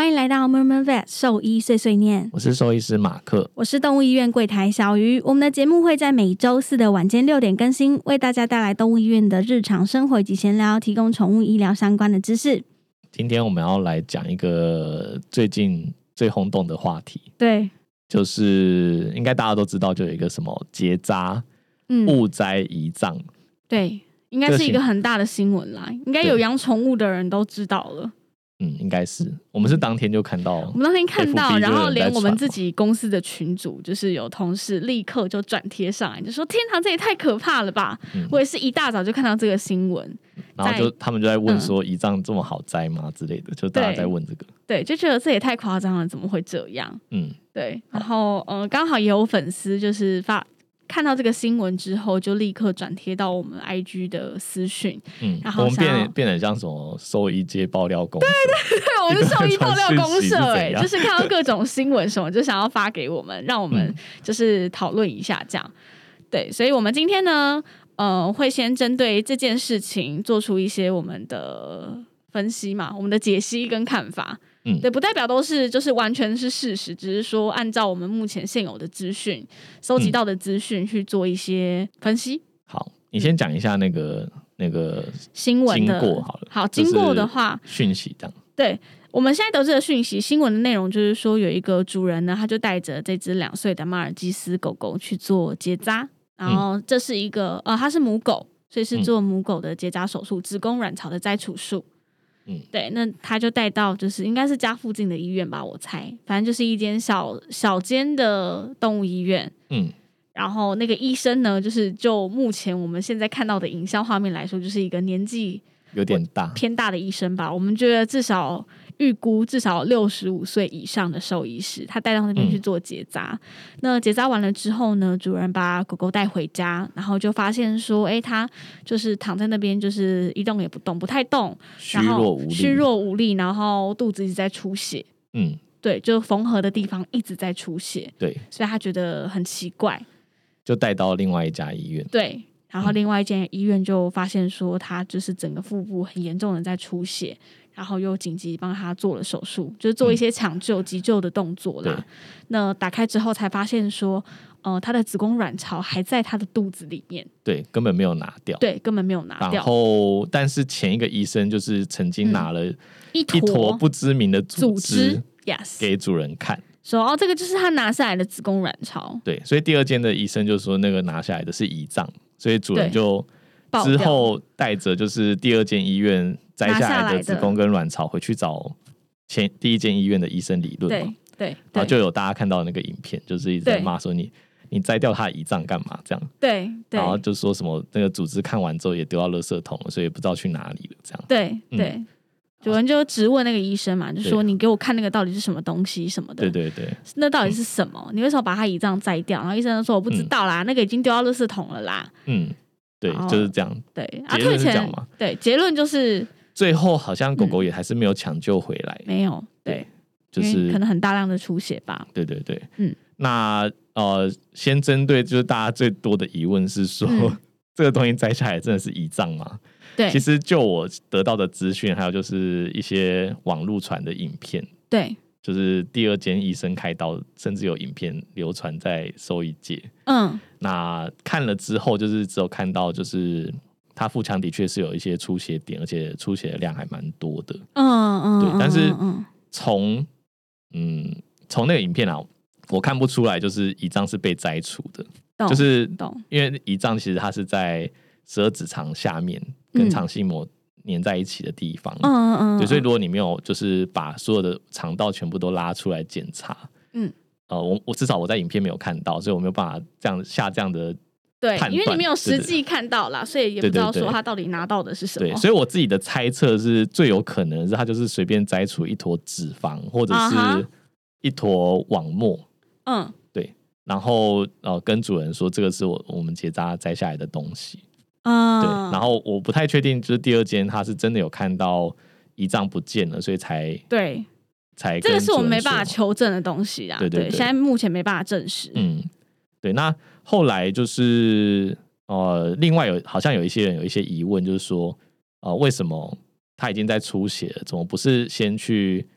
欢迎来到 Murmur Vet 兽医碎碎念， 我是兽医师马克， 我是动物医院柜台小鱼。我们的节目会在每周四的晚间6点更新，为大家带来动物医院的日常生活以及闲聊，提供宠物医疗相关的知识。 今天我们要来讲一个最近最轰动的话题， 对， 就是应该大家都知道，就有一个什么结扎、误栽胰脏， 对，应该是一个很大的新闻啦，应该有养宠物的人都知道了。 应该是我们是当天就看到， 我们当天看到，然后连我们自己己公司的群组，就是有同事立刻就转贴上来，就说：“天哪，这也太可怕了吧！”我也是一大早就看到这个新闻， 然后他们就在问说：“胰脏这么好摘吗？”之类的，就大家在问这个， 对，就觉得这也太夸张了，怎么会这样？对，然后刚好也有粉丝就是看到这个新闻之后，就立刻转贴到我们 IG 的私讯，然后我们变得像什么兽医界爆料公社， 对，我们是兽医爆料公社，就是看到各种新闻什么，就想要发给我们，让我们就是讨论一下这样。对，所以我们今天呢，会先针对这件事情做出一些我们的分析嘛，我们的解析跟看法。对，不代表都是就是完全是事实，只是说按照我们目前现有的资讯、收集到的资讯去做一些分析。 好，你先讲一下那个新闻的经过好了。 好，经过的话， 讯息这样。 对，我们现在得知的讯息，新闻的内容就是说，有一个主人呢，他就带着这只2岁的马尔济斯狗狗去做结扎，然后这是一个它是母狗，所以是做母狗的结扎手术，子宫卵巢的摘除术。对，那他就带到就是应该是家附近的医院吧，我猜，反正就是一间小间的动物医院。然后那个医生呢，就目前我们现在看到的影像画面来说，就是一个年纪有点大偏大的医生吧。我们觉得预估至少65岁以上的兽医师，他带到那边去做结扎。那结扎完了之后呢，主人把狗狗带回家，然后就发现说，他就是躺在那边，就是一动也不动，不太动， 虚弱无力， 然后肚子一直在出血。对，就缝合的地方一直在出血。 对， 所以他觉得很奇怪， 就带到另外一家医院。 对。然后另外一间医院就发现说，他就是整个腹部很严重的在出血，然后又紧急帮他做了手术，就是做一些抢救、急救的动作啦。那打开之后才发现说，他的子宫卵巢还在他的肚子里面， 对，根本没有拿掉。 对，根本没有拿掉。 然后，但是前一个医生就是曾经拿了一坨不知名的组织给主人看。 说这个就是他拿下来的子宫卵巢。 对，所以第二间的医生就说那个拿下来的是胰脏，所以主人就之后带着就是第二间医院摘下来的子宫跟卵巢回去找第一间医院的医生理论嘛。 对， 然后就有大家看到那个影片，就是一直在骂说你摘掉他的胰脏干嘛这样。 对， 然后就说什么那个组织看完之后也丢到垃圾桶了，所以不知道去哪里了这样。 对。主人就质问那个医生嘛，就说你给我看那个到底是什么东西什么的。 对， 那到底是什么？你为什么把他胰脏摘掉？然后医生就说我不知道啦，那个已经丢到垃圾桶了啦。 对，就是这样。 对， 结论是这样嘛？ 对，结论就是最后好像狗狗也还是没有抢救回来。 没有，对， 就是可能很大量的出血吧。 对，那先针对就是大家最多的疑问是说，这个东西摘下来真的是胰脏吗？ 对， 其实就我得到的资讯，还有就是一些网络传的影片， 对， 就是第二间医生开刀，甚至有影片流传在兽医界。那看了之后，就是只有看到就是他腹腔的确是有一些出血点，而且出血的量还蛮多的。对，但是从那个影片啊，我看不出来就是胰脏是被摘除的，就是因为胰脏其实它是在十二指肠下面跟肠系膜粘在一起的地方。对，所以如果你没有就是把所有的肠道全部都拉出来检查，我至少我在影片没有看到，所以我没有办法下这样的判断。 对，因为你没有实际看到啦，所以也不知道说他到底拿到的是什么。 对，所以我自己的猜测是最有可能是他就是随便摘除一坨脂肪或者是一坨网膜。对，然后跟主人说这个是我们结扎摘下来的东西。对，然后我不太确定，就是第二间他是真的有看到胰脏不见了，所以才这个是我们没办法求证的东西啦。对，现在目前没办法证实。 对，那后来就是另外好像有一些人有一些疑问，就是说为什么他已经在出血了，怎么不是先去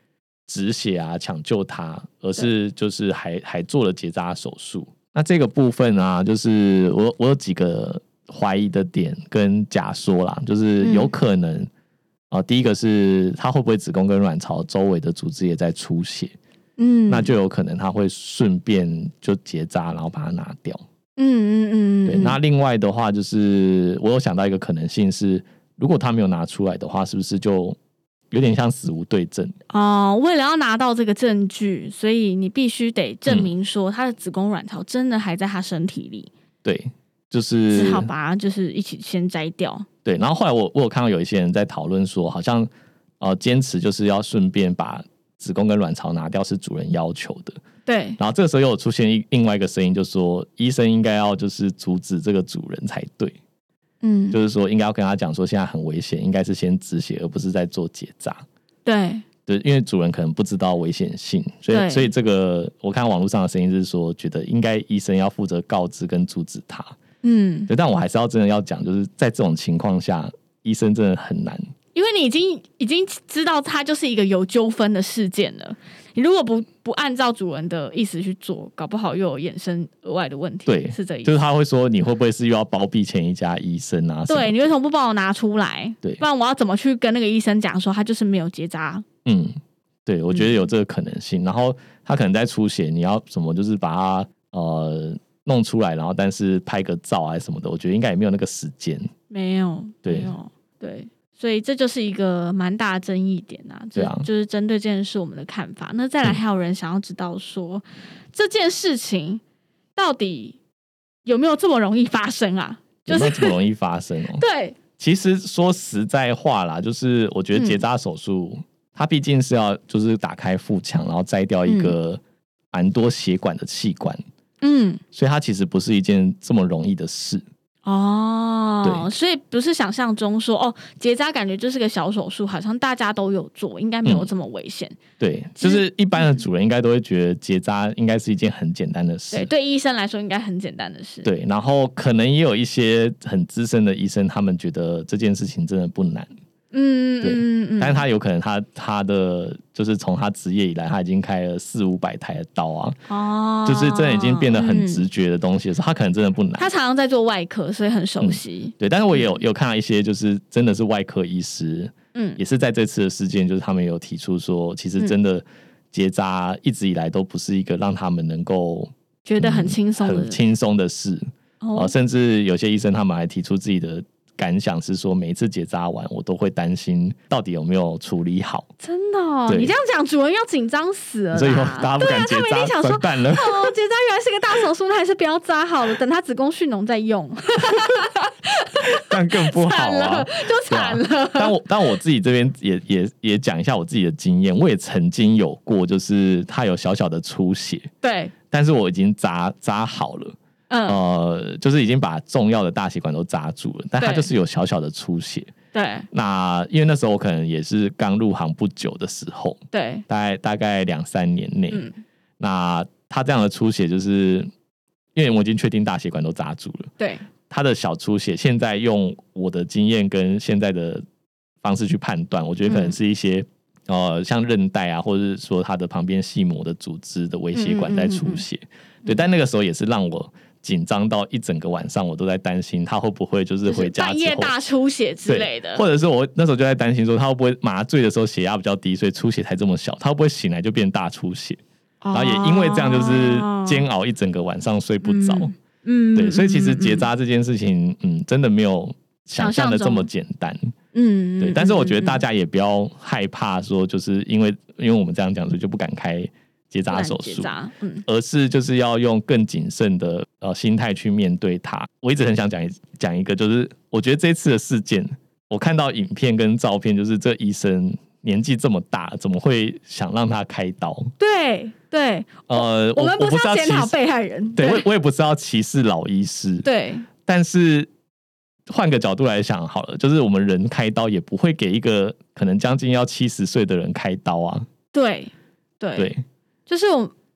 止血啊抢救他，而是就是还做了结扎手术。那这个部分啊，就是我有几个怀疑的点跟假说啦，就是有可能第一个是他会不会子宫跟卵巢周围的组织也在出血，那就有可能他会顺便就结扎，然后把它拿掉。对。那另外的话，就是我有想到一个可能性是，如果他没有拿出来的话，是不是就有点像死无对证为了要拿到这个证据，所以你必须得证明说他的子宫卵巢真的还在他身体里。 对，就是只好把它就是一起先摘掉。对， 然后后来我有看到有一些人在讨论说，好像坚持就是要顺便把子宫跟卵巢拿掉是主人要求的。对，然后这个时候又有出现另外一个声音，就是说医生应该要就是阻止这个主人才对。就是说应该要跟他讲说现在很危险，应该是先止血，而不是在做结扎。对，因为主人可能不知道危险性，所以这个我看网络上的声音是说，觉得应该医生要负责告知跟阻止他。对，但我还是要真的要讲，就是在这种情况下，医生真的很难。因为你已经知道它就是一个有纠纷的事件了，你如果不按照主人的意思去做，搞不好又有衍生额外的问题。对，是这意思。就是他会说你会不会是又要包庇前一家医生啊？对，你为什么不帮我拿出来？对，不然我要怎么去跟那个医生讲说他就是没有结扎？对，我觉得有这个可能性。然后他可能在出血，你要什么就是把它弄出来，然后但是拍个照啊什么的，我觉得应该也没有那个时间。没有，对，对。所以这就是一个蛮大的争议点啊，就是针对这件事我们的看法。那再来还有人想要知道说，这件事情到底有没有这么容易发生啊？有没有这么容易发生对，其实说实在话啦，就是我觉得结扎手术，它毕竟是要就是打开腹腔，然后摘掉一个蛮多血管的器官，所以它其实不是一件这么容易的事。对，所以不是想象中说结扎感觉就是个小手术，好像大家都有做，应该没有这么危险。对，就是一般的主人应该都会觉得结扎应该是一件很简单的事。对医生来说应该很简单的事。对，然后可能也有一些很资深的医生，他们觉得这件事情真的不难。对，但是他有可能他的就是从他职业以来，他已经开了400-500台的刀啊，就是真的已经变得很直觉的东西的时候，他可能真的不难。他常常在做外科，所以很熟悉。对，但是我也有看到一些就是真的是外科医师，也是在这次的事件，就是他们有提出说，其实真的结扎一直以来都不是一个让他们能够觉得很轻松的事，甚至有些医生他们还提出自己的感想是说，每一次结扎完我都会担心到底有没有处理好。真的你这样讲主人要紧张死了啦，所以大家不敢结扎。他们一定想说结扎原来是个大手术，那还是不要扎好了，等他子宫蓄脓再用。但更不好啊，就惨了。但我自己这边也讲一下我自己的经验，我也曾经有过，就是他有小小的出血，对，但是我已经扎好了。就是已经把重要的大血管都扎住了，但它就是有小小的出血。对，那因为那时候我可能也是刚入行不久的时候，对，大概2-3年内，那他这样的出血，就是因为我已经确定大血管都扎住了，对，他的小出血，现在用我的经验跟现在的方式去判断，我觉得可能是一些像韧带啊，或者是说他的旁边细膜的组织的微血管在出血，对，但那个时候也是让我紧张到一整个晚上，我都在担心他会不会就是回家之后半夜大出血之类的，或者是我那时候就在担心说他会不会麻醉的时候血压比较低，所以出血才这么小，他会不会醒来就变大出血，然后也因为这样就是煎熬一整个晚上睡不着。对，所以其实结扎这件事情，真的没有想象的这么简单。对，但是我觉得大家也不要害怕说，就是因为我们这样讲，所以就不敢开结扎手术，而是就是要用更谨慎的心态去面对它。我一直很想讲一个，就是我觉得这次的事件，我看到影片跟照片，就是这医生年纪这么大，怎么会想让他开刀？对，我们不是要检讨被害人，对，我也不是要歧视老医师，对，但是换个角度来想好了，就是我们人开刀也不会给一个可能将近要70岁的人开刀啊，对。就是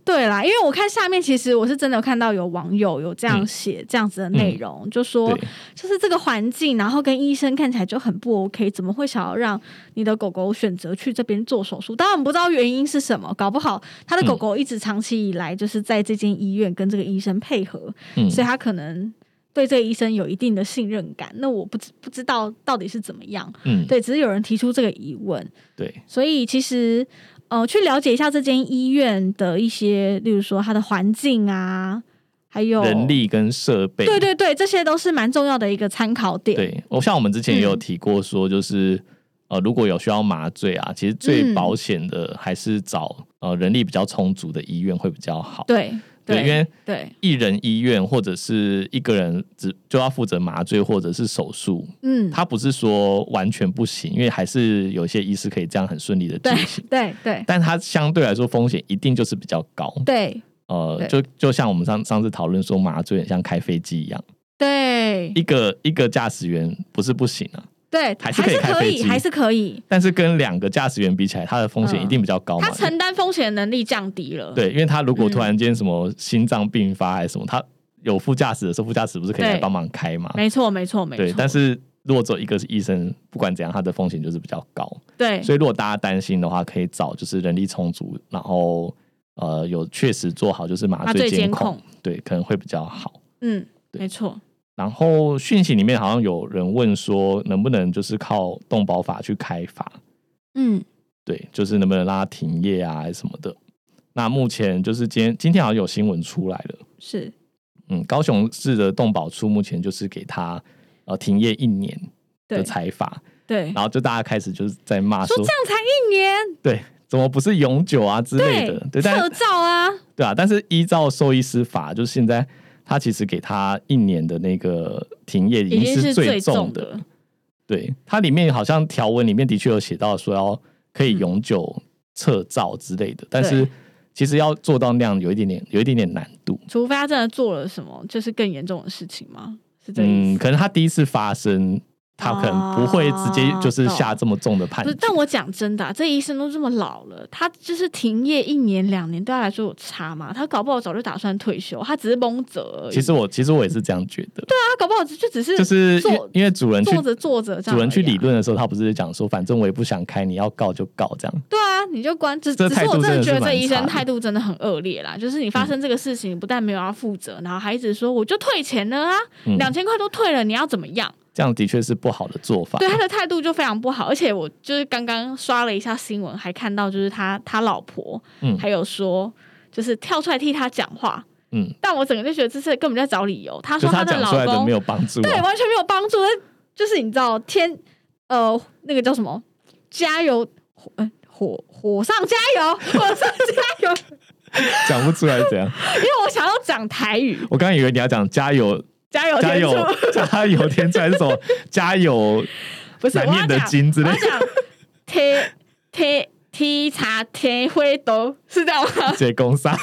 对啦，因为我看下面，其实我是真的有看到有网友有这样写这样子的内容，就说就是这个环境，然后跟医生看起来就很不 OK， 怎么会想要让你的狗狗选择去这边做手术？当然不知道原因是什么，搞不好他的狗狗一直长期以来就是在这间医院跟这个医生配合，所以他可能对这个医生有一定的信任感。那我不知道到底是怎么样，对，只是有人提出这个疑问，对，所以其实去了解一下这间医院的一些，例如说它的环境啊，还有人力跟设备， 对对对，这些都是蛮重要的一个参考点。 对，像我们之前也有提过说，就是如果有需要麻醉啊，其实最保险的还是找人力比较充足的医院会比较好。 对。 对，因为一人医院或者是一个人就要负责麻醉或者是手术，他不是说完全不行，因为还是有些医师可以这样很顺利的进行， 对， 但它相对来说风险一定就是比较高， 对， 就像我们上次讨论说麻醉很像开飞机一样， 对， 一个驾驶员不是不行啊。 对， 还是可以开飞机， 还是可以， 但是跟2个驾驶员比起来，他的风险一定比较高嘛。 他承担风险的能力降低了。 对，因为他如果突然间什么心脏病发还是什么，他有副驾驶的时候，副驾驶不是可以来帮忙开吗？ 没错。对， 但是如果只有一个是医生，不管怎样，他的风险就是比较高。 对， 所以如果大家担心的话，可以找就是人力充足，然后有确实做好就是麻醉监控，对，可能会比较好。 没错。 然后讯息里面好像有人问说，能不能就是靠动保法去开罚？对，就是能不能让它停业啊，还是什么的？那目前就是今天好像有新闻出来了， 是， 高雄市的动保处目前就是给他停业1年的裁罚， 对， 然后就大家开始就是在骂说这样才1年， 对，怎么不是永久啊之类的？对， 特照啊， 对啊，但是依照兽医师法，就是现在。他其实给他1年的那个停业已经是最重的，对，它里面好像条文里面的确有写到说可以永久撤照之类的，但是其实要做到那样有一点点难度， 除非他真的做了什么就是更严重的事情吗？是这意思？ 可能他第一次发生。他可能不会直接就是下这么重的判决， 但我讲真的这医生都这么老了，他就是停业1年2年对他来说有差吗？他搞不好早就打算退休，他只是蒙责而已。 其实我也是这样觉得。 对啊，他搞不好就只是就是因为主人坐着主人去理论的时候，他不是讲说反正我也不想开，你要告就告这样。 对啊，你就关。只是我真的觉得这医生态度真的很恶劣啦，就是你发生这个事情，你不但没有要负责，然后还一直说我就退钱了啊，2000块都退了，你要怎么样？ 这样的确是不好的做法， 对他的态度就非常不好，而且我就是刚刚刷了一下新闻，还看到就是他老婆，还有说就是跳出来替他讲话，但我整个就觉得这是根本在找理由。他说他的老公讲出来的没有帮助， 对，完全没有帮助，就是你知道那个叫什么加油火上加油，火上加油， 讲不出来怎样？ 因为我想要讲台语， 我刚刚以为你要讲加油。加油天出还是什么？加油！ 不是难念的经之类的。 我要讲踢茶天灰斗是这样吗？ 接公杀，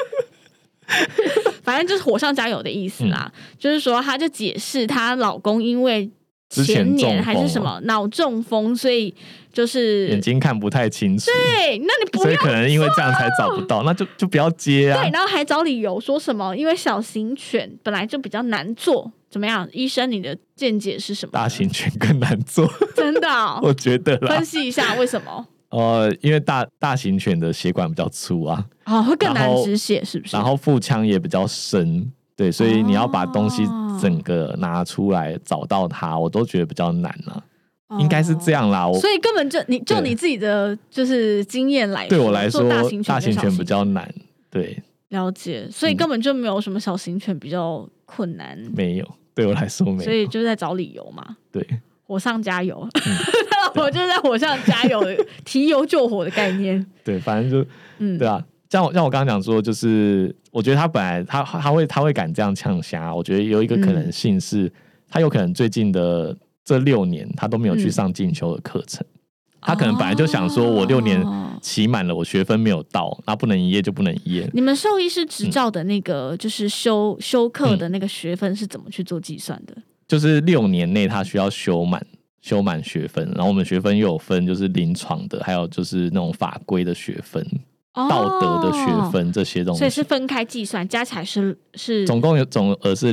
反正就是火上加油的意思啦。就是说，她就解释她老公因为前年还是什么脑中风，所以就是眼睛看不太清楚。 对，那你不要， 所以可能因为这样才找不到，那就不要接啊。 对，然后还找理由说什么？因为小型犬本来就比较难做，怎么样？医生，你的见解是什么？ 大型犬更难做， 真的我觉得啦。 分析一下为什么？ 因为大型犬的血管比较粗啊， 会更难止血，是不是？ 然后腹腔也比较深。对，所以你要把东西整个拿出来找到它，我都觉得比较难啊。应该是这样啦。 所以根本就你自己的就是经验来说， 对我来说，大型犬比较难。对， 了解。所以根本就没有什么小型犬比较困难。 没有，对我来说没有。 所以就是在找理由嘛。 对， 火上加油，我就是在火上加油，提油救火的概念。 对，反正就对啊。像我刚刚讲说，就是我觉得他本来他会敢这样呛瞎，我觉得有一个可能性是，他有可能最近的这6年他都没有去上进修的课程，他可能本来就想说，我6年期满了，我学分没有到，那不能一夜就不能一夜。 你们兽医师执照的那个就是修课的那个学分是怎么去做计算的？ 就是6年内他需要修满学分，然后我们学分又有分就是临床的，还有就是那种法规的学分。 道德的学分这些东西， 所以是分开计算，加起来是总共有总额是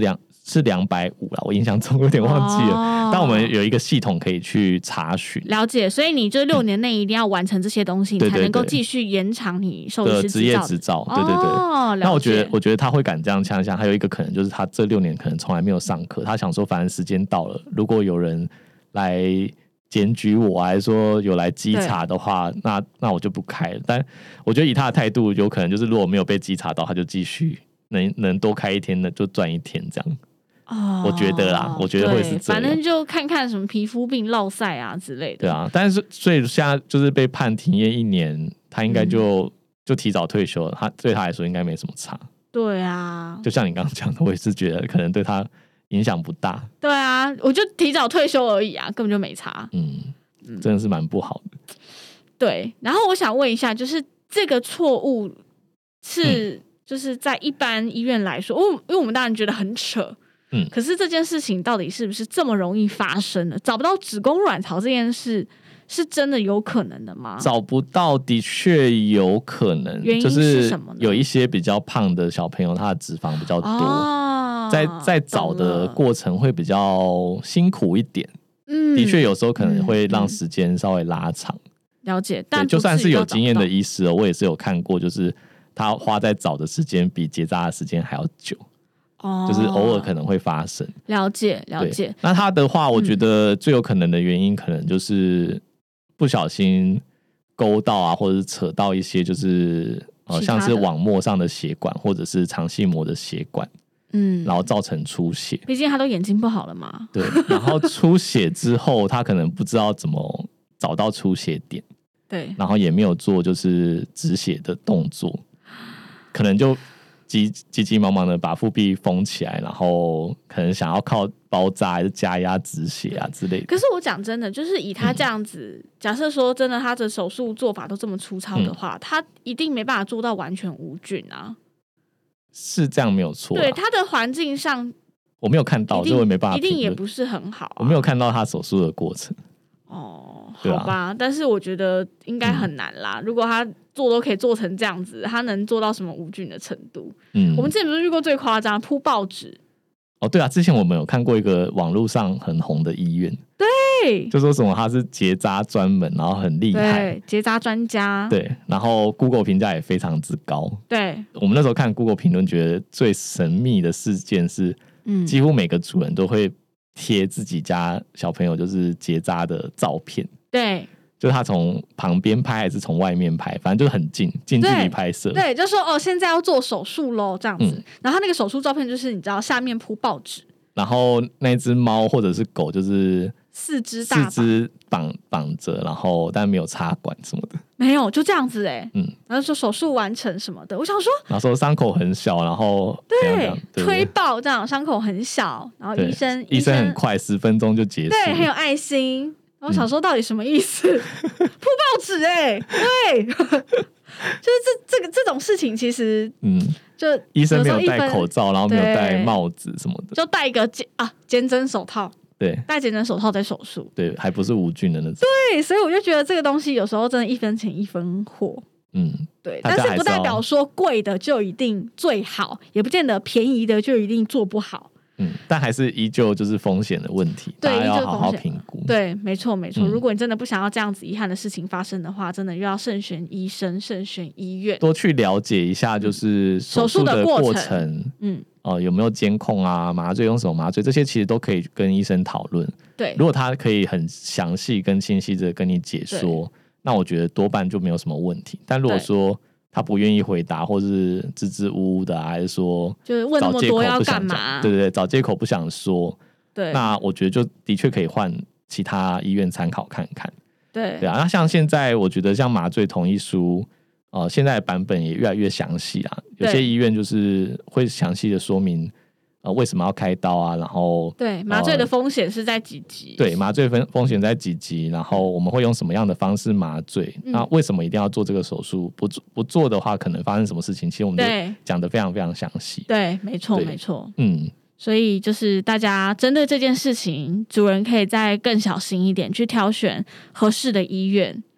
250啦，我印象中有点忘记了，但我们有一个系统可以去查询。 了解，所以你这6年内一定要完成这些东西，你才能够继续延长你兽医师职业执照。对对对。那我觉得他会敢这样呛下，还有一个可能就是他这6年可能从来没有上课，他想说反正时间到了，如果有人来检举我还是说有来稽查的话，那我就不开了。但我觉得以他的态度，有可能就是如果没有被稽查到，他就继续能多开1天的就赚1天这样。我觉得啦，我觉得会是这样。 反正就看看什么皮肤病、落晒啊之类的。 对啊，但是所以现在就是被判停业1年，他应该就提早退休了。他对他来说应该没什么差。 对啊， 就像你刚刚讲的，我也是觉得可能对他影响不大。 对啊，我就提早退休而已啊，根本就没差。 真的是蛮不好的。 对，然后我想问一下，就是这个错误是就是在一般医院来说，因为我们当然觉得很扯。可是这件事情到底是不是这么容易发生的？找不到子宫卵巢这件事是真的有可能的吗？ 找不到的确有可能， 原因是什么呢？ 就是有一些比较胖的小朋友，他的脂肪比较多，在找的过程会比较辛苦一点。的确有时候可能会让时间稍微拉长。 了解，但就算是有经验的医师我也是有看过，就是他花在找的时间比结扎的时间还要久。就是偶尔可能会发生。了解。那他的话，我觉得最有可能的原因，可能就是不小心勾到啊，或者是扯到一些就是像是网膜上的血管，或者是肠系膜的血管，然后造成出血。 毕竟他都眼睛不好了嘛。 对，然后出血之后，他可能不知道怎么找到出血点， 对， 然后也没有做就是止血的动作，可能就急忙忙的把腹壁封起来，然后可能想要靠包扎还是加压止血啊之类的。 可是我讲真的，就是以他这样子，假设说真的他的手术做法都这么粗糙的话，他一定没办法做到完全无菌啊。是这样没有错。对，他的环境上我没有看到，所以我也没办法评论，一定也不是很好我没有看到他手术的过程。好吧，但是我觉得应该很难啦。如果他做都可以做成这样子，他能做到什么无菌的程度？我们之前不是遇过最夸张铺报纸？对啊，之前我们有看过一个网络上很红的医院，对，就说什么他是结扎专门，然后很厉害，对，结扎专家，对，然后 Google 评价也非常之高。对，我们那时候看 Google 评论，觉得最神秘的事件是，几乎每个主人都会贴自己家小朋友就是结扎的照片。对，就他从旁边拍还是从外面拍，反正就是很近距离拍摄。对，就说现在要做手术咯这样子。然后那个手术照片就是你知道下面铺报纸，然后那只猫或者是狗就是四肢绑着，然后但没有插管什么的，没有，就这样子然后说手术完成什么的。我想说，然后说伤口很小，然后对推爆这样，伤口很小，然后医生很快10分钟就结束，对，很有爱心。我想说到底什么意思？铺报纸对，就是这种事情其实就医生没有戴口罩，然后没有戴帽子什么的，就戴一个尖针手套，对，戴尖针手套在手术，对，还不是无菌的那种。对，所以我就觉得这个东西有时候真的1分钱1分货。对，但是不代表说贵的就一定最好，也不见得便宜的就一定做不好。但还是依旧就是风险的问题，大家要好好评估。对，没错。如果你真的不想要这样子遗憾的事情发生的话，真的又要慎选医生、慎选医院，多去了解一下，就是手术的过程。有没有监控啊？麻醉用什么麻醉？这些其实都可以跟医生讨论。对，如果他可以很详细跟清晰的跟你解说，那我觉得多半就没有什么问题。但如果说他不愿意回答，或是支支吾吾的，还是说就是问那么多要干嘛？对，找借口不想说。对，那我觉得就的确可以换其他医院参考看看。对啊，那像现在我觉得像麻醉同意书，现在的版本也越来越详细啊。有些医院就是会详细的说明。为什么要开刀啊？然后对麻醉的风险是在几级？对，麻醉风险在几级？然后我们会用什么样的方式麻醉？那为什么一定要做这个手术？不做的话，可能发生什么事情？其实我们就讲得非常非常详细。对，没错。所以就是大家针对这件事情，主人可以再更小心一点，去挑选合适的医院。对，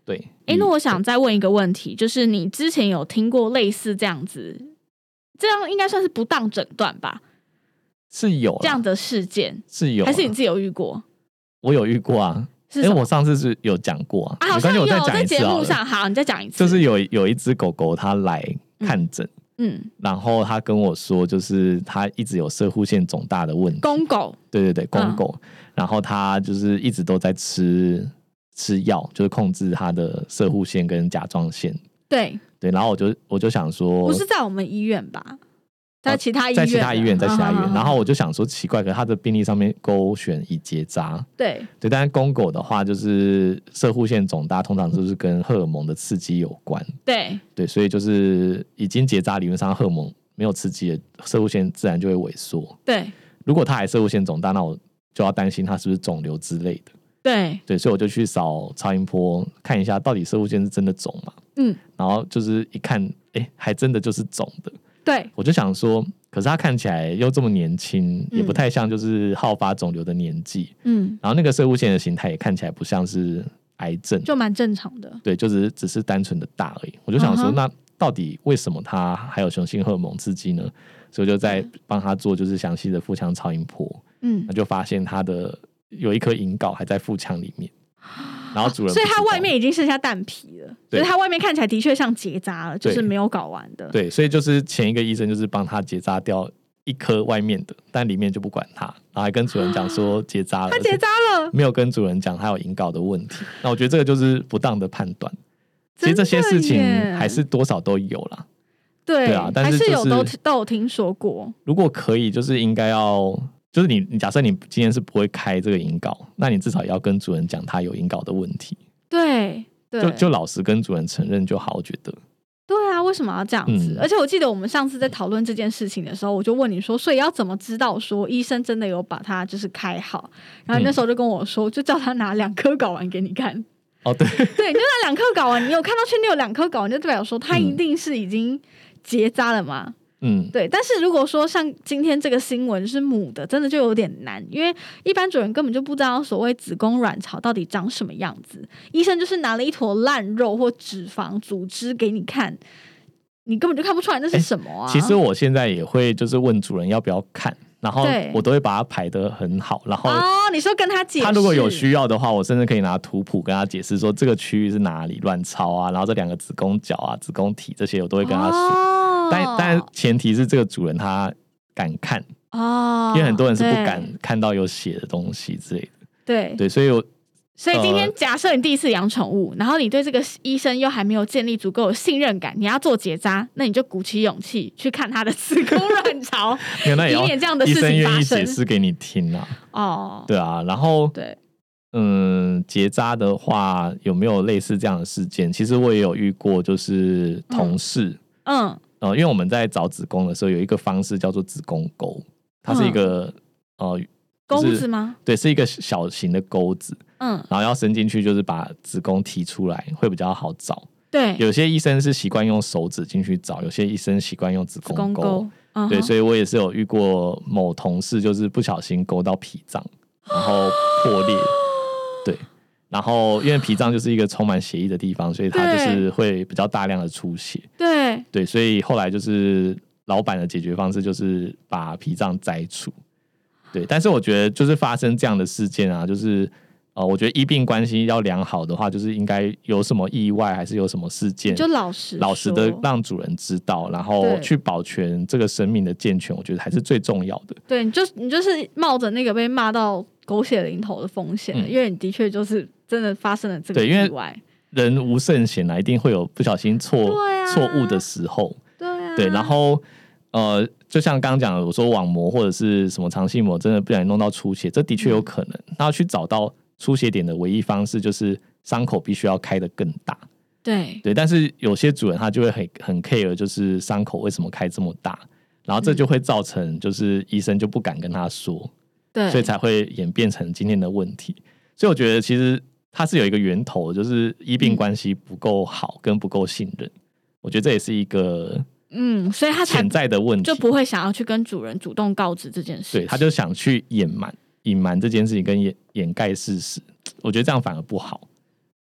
那我想再问一个问题，就是你之前有听过类似这样子，这样应该算是不当诊断吧？ 是有这样的事件， 是有， 还是你自己有遇过？ 我有遇过啊。因为我上次是有讲过啊， 好像有在节目上。好，你再讲一次。 就是有一只狗狗，它来看诊，然后它跟我说，就是它一直有攝護腺肿大的问题。 公狗， 对，公狗，然后它就是一直都在吃药，就是控制它的攝護腺跟甲状腺。对，然后我就想说， 不是在我们医院吧？在其他医院， 在其他医院，然后我就想说奇怪，可是他的病历上面勾选已结扎，对，但是公狗的话，就是攝護腺肿大，通常就是跟荷尔蒙的刺激有关，对，所以就是已经结扎，理论上荷尔蒙没有刺激的攝護腺自然就会萎缩，对，如果他还攝護腺肿大，那我就要担心他是不是肿瘤之类的，对，所以我就去扫超音波看一下，到底攝護腺是真的肿吗？然后就是一看，还真的就是肿的。对，我就想说，可是他看起来又这么年轻，也不太像就是好发肿瘤的年纪，然后那个攝護腺的形态也看起来不像是癌症，就蛮正常的，对，就只是单纯的大而已。我就想说，那到底为什么他还有雄性荷尔蒙刺激呢？所以我就在帮他做就是详细的腹腔超音波，那就发现他的有一颗隐睾还在腹腔里面。然后主人所以它外面已经剩下蛋皮了，所以它外面看起来的确像结扎了，就是没有睾丸的。对，所以就是前一个医生就是帮他结扎掉一颗外面的，但里面就不管它，然后还跟主人讲说结扎了，他结扎了，没有跟主人讲他有隐睾的问题。那我觉得这个就是不当的判断。其实这些事情还是多少都有啦，对啊，但是、就是、还是有都有听说过。如果可以，就是应该要。就是你假设你今天是不会开这个隐睾，那你至少也要跟主人讲他有隐睾的问题。对，就老实跟主人承认就好，我觉得。对啊，为什么要这样子？而且我记得我们上次在讨论这件事情的时候，我就问你说，所以要怎么知道说医生真的有把它就是开好？然后你那时候就跟我说，就叫他拿2颗睾丸给你看。哦，对，对，你就拿2颗睾丸，你有看到确定有2颗睾丸，就代表说他一定是已经结扎了嘛。对，但是如果说像今天这个新闻是母的，真的就有点难，因为一般主人根本就不知道所谓子宫卵巢到底长什么样子，医生就是拿了一坨烂肉或脂肪组织给你看，你根本就看不出来那是什么啊。其实我现在也会就是问主人要不要看，然后我都会把它排得很好，然后你说跟他解释，他如果有需要的话，我甚至可以拿图谱跟他解释说这个区域是哪里，卵巢啊，然后这2个子宫角啊、子宫体这些我都会跟他说。但前提是这个主人他敢看因为很多人是不敢看到有血的东西之类的。对，所以今天假设你第一次养宠物，然后你对这个医生又还没有建立足够的信任感，你要做结扎，那你就鼓起勇气去看他的子宫卵巢，以免这样的事情发生。医生愿意解释给你听啊。对啊，然后对。结扎的话有没有类似这样的事件？其实我也有遇过，就是同事，因为我们在找子宫的时候有一个方式叫做子宫钩，它是一个钩子吗？对，是一个小型的钩子，然后要伸进去就是把子宫提出来会比较好找。对，有些医生是习惯用手指进去找，有些医生习惯用子宫钩。对，所以我也是有遇过某同事就是不小心勾到脾脏，然后破裂。对，然后因为脾脏就是一个充满血液的地方，所以它就是会比较大量的出血。对，所以后来就是老板的解决方式就是把脾脏摘除。对，但是我觉得就是发生这样的事件啊，就是我觉得医病关系要良好的话，就是应该有什么意外还是有什么事件，就老实的让主人知道，然后去保全这个生命的健全，我觉得还是最重要的。对，你就是冒着那个被骂到狗血淋头的风险，因为你的确就是真的发生了这个意外。人无圣贤啊，一定会有不小心错误的时候。对，然后就像刚刚讲的，我说网膜或者是什么肠系膜真的不小心弄到出血，这的确有可能。那要去找到出血点的唯一方式就是伤口必须要开得更大。对，但是有些主人他就会很 care， 就是伤口为什么开这么大，然后这就会造成就是医生就不敢跟他说，对，所以才会演变成今天的问题。所以我觉得其实它是有一个源头，就是医病关系不够好跟不够信任。我觉得这也是一个所以他潜在的问题，就不会想要去跟主人主动告知这件事情。对，他就想去隐瞒这件事情跟掩盖事实，我觉得这样反而不好。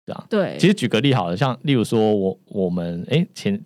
对啊， 对。 其实举个例好了，像例如说我们前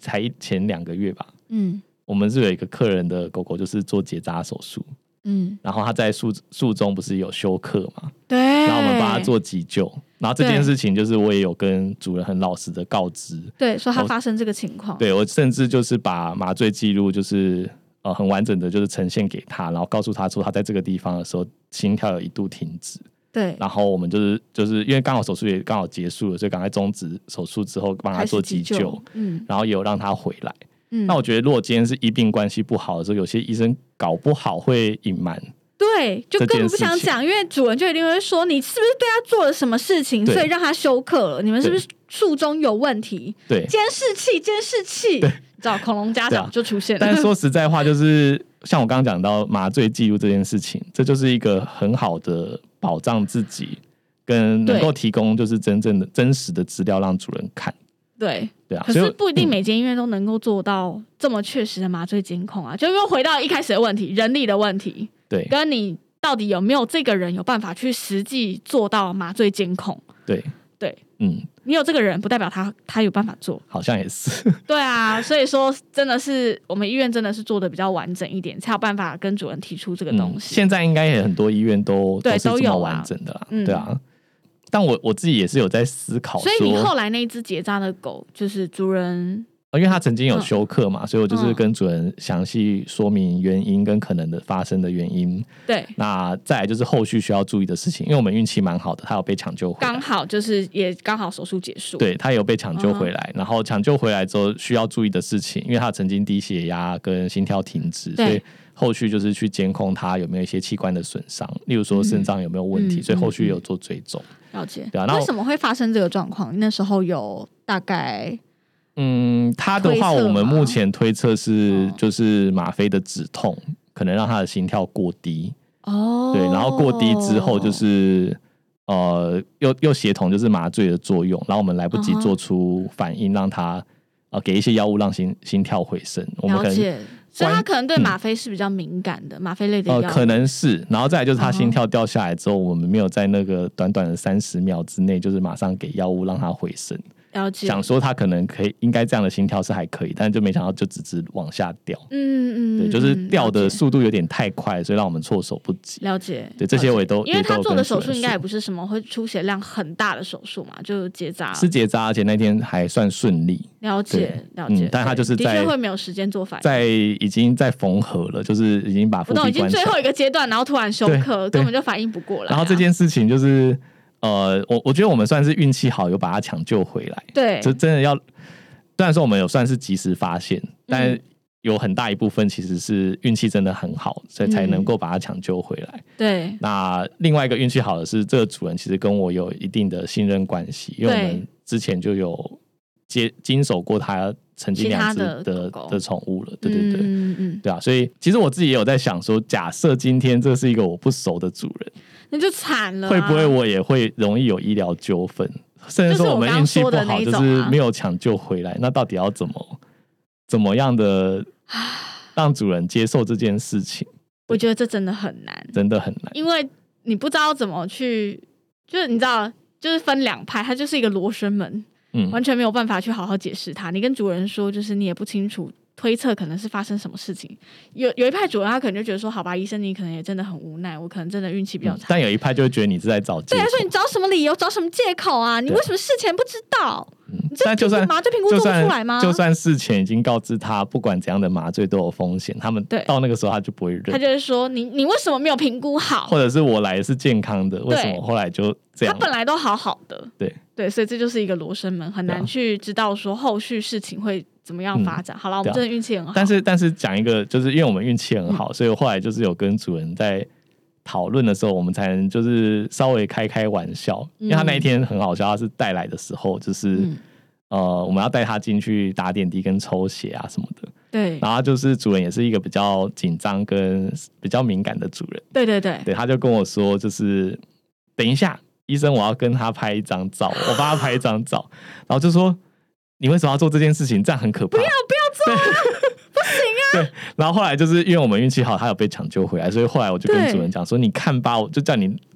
2个月吧，我们是有一个客人的狗狗就是做结扎手术，然后他在术中不是有休克嘛， 对， 然后我们帮他做急救，然后这件事情就是我也有跟主人很老实的告知， 对，说他发生这个情况， 对，我甚至就是把麻醉记录就是很完整的就是呈现给他，然后告诉他说他在这个地方的时候心跳有一度停止， 对， 然后我们就是因为刚好手术也刚好结束了，所以赶快终止手术之后帮他做急救，然后也有让他回来。那我觉得如果今天是医病关系不好的时候，有些医生搞不好会隐瞒， 对，就根本不想讲，因为主人就一定会说你是不是对他做了什么事情，所以让他休克了？你们是不是术中有问题？ 对， 监视器，你知道恐龙家长就出现了。 但是说实在话，就是像我刚刚讲到麻醉记录这件事情，这就是一个很好的保障自己，跟能够提供就是真正的真实的资料让主人看。 对啊， 可是不一定每间医院都能够做到这么确实的麻醉监控啊，就又回到一开始的问题，人力的问题， 对， 跟你到底有没有这个人有办法去实际做到麻醉监控， 对， 你有这个人不代表他有办法做， 好像也是，对啊，所以说真的是我们医院真的是做的比较完整一点，才有办法跟主人提出这个东西。 现在应该也很多医院都是这么完整的啦，对啊。但我自己也是有在思考说， 所以你后来那一只结扎的狗就是主人， 因为他曾经有休克嘛，所以我就是跟主人详细说明原因跟可能的发生的原因。 对， 那再来就是后续需要注意的事情，因为我们运气蛮好的，他有被抢救回来， 刚好就是也刚好手术结束， 对，他有被抢救回来，然后抢救回来之后需要注意的事情，因为他曾经低血压跟心跳停止，所以后续就是去监控他有没有一些器官的损伤，例如说肾脏有没有问题，所以后续有做追踪。 了解， 对啊， 为什么会发生这个状况？那时候有大概他的话，我们目前推测是就是吗啡的止痛可能让他的心跳过低对，然后过低之后就是又协同就是麻醉的作用，然后我们来不及做出反应，让他给一些药物让心跳回升。我们可能所以他可能对吗啡是比较敏感的，吗啡类的药可能是，然后再来就是他心跳掉下来之后，我们没有在那个短短的30秒之内，就是马上给药物让他回升。 了解， 想说他可能应该这样的心跳是还可以，但就没想到就直往下掉。对，就是掉的速度有点太快，所以让我们措手不及。 了解， 对，这些我也都因为他做的手术应该也不是什么会出血量很大的手术嘛，就结扎， 是结扎，而且那天还算顺利。 了解， 但他就是的确会没有时间做反应，已经在缝合了，就是已经把腹壁关起来， 已经最后一个阶段，然后突然休克，根本就反应不过来。 然后这件事情就是。我觉得我们算是运气好，有把它抢救回来。 对， 就真的要，虽然说我们有算是及时发现，但有很大一部分其实是运气真的很好，所以才能够把它抢救回来。 对， 那另外一个运气好的是，这个主人其实跟我有一定的信任关系，因为我们之前就有经手过他曾经2只的宠物了。对对对，对啊，所以其实我自己也有在想说，假设今天这是一个我不熟的主人。 那就惨了， 会不会我也会容易有医疗纠纷？甚至说我们运气不好，就是没有抢救回来，那到底要怎么样的让主人接受这件事情？ 我觉得这真的很难， 真的很难， 因为你不知道怎么去，就是你知道，就是分2派，它就是一个罗生门，完全没有办法去好好解释它。你跟主人说，就是你也不清楚。推测可能是发生什么事情，有一派主人他可能就觉得说，好吧，医生你可能也真的很无奈，我可能真的运气比较差。 但有一派就会觉得你是在找借口， 对，说你找什么理由，找什么借口啊？你为什么事前不知道？你这麻醉评估做不出来吗？ 就算事前已经告知他，不管怎样的麻醉都有风险，他们到那个时候他就不会认。 他就是说你为什么没有评估好？ 或者是我来是健康的，为什么后来就这样？ 他本来都好好的， 对， 所以这就是一个罗生门，很难去知道说后续事情会怎么样发展。好了，我们真的运气很好。 但是讲一个，就是因为我们运气很好，所以我后来就是有跟主人在讨论的时候，我们才能就是稍微开玩笑，因为他那一天很好笑，他是带来的时候就是。我们要带他进去打点滴跟抽血啊什么的。 对。 然后就是主人也是一个比较紧张跟比较敏感的主人。 对对对。 对，他就跟我说，就是等一下，医生，我要跟他拍一张照，我帮他拍一张照，然后就说你为什么要做这件事情？这样很可怕。不要做啊！不行啊！ 对。然后后来就是因为我们运气好，他有被抢救回来，所以后来我就跟主人讲说，你看吧，我就叫你